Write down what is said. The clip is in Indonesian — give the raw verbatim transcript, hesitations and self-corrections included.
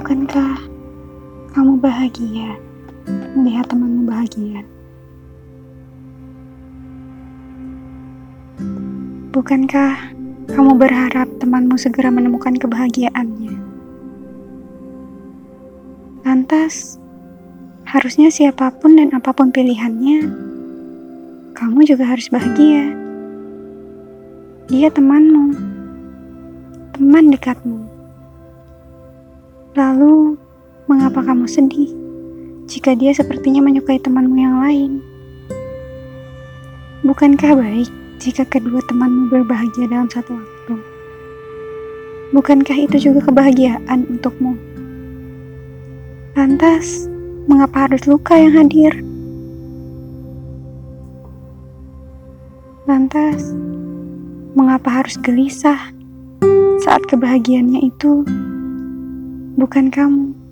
Bukankah kamu bahagia melihat temanmu bahagia? Bukankah kamu berharap temanmu segera menemukan kebahagiaannya? Lantas, harusnya siapapun dan apapun pilihannya, kamu juga harus bahagia. Dia temanmu, teman dekatmu. Lalu, mengapa kamu sedih jika dia sepertinya menyukai temanmu yang lain? Bukankah baik jika kedua temanmu berbahagia dalam satu waktu? Bukankah itu juga kebahagiaan untukmu? Lantas, mengapa harus luka yang hadir? Lantas, mengapa harus gelisah saat kebahagiaannya itu bukan kamu?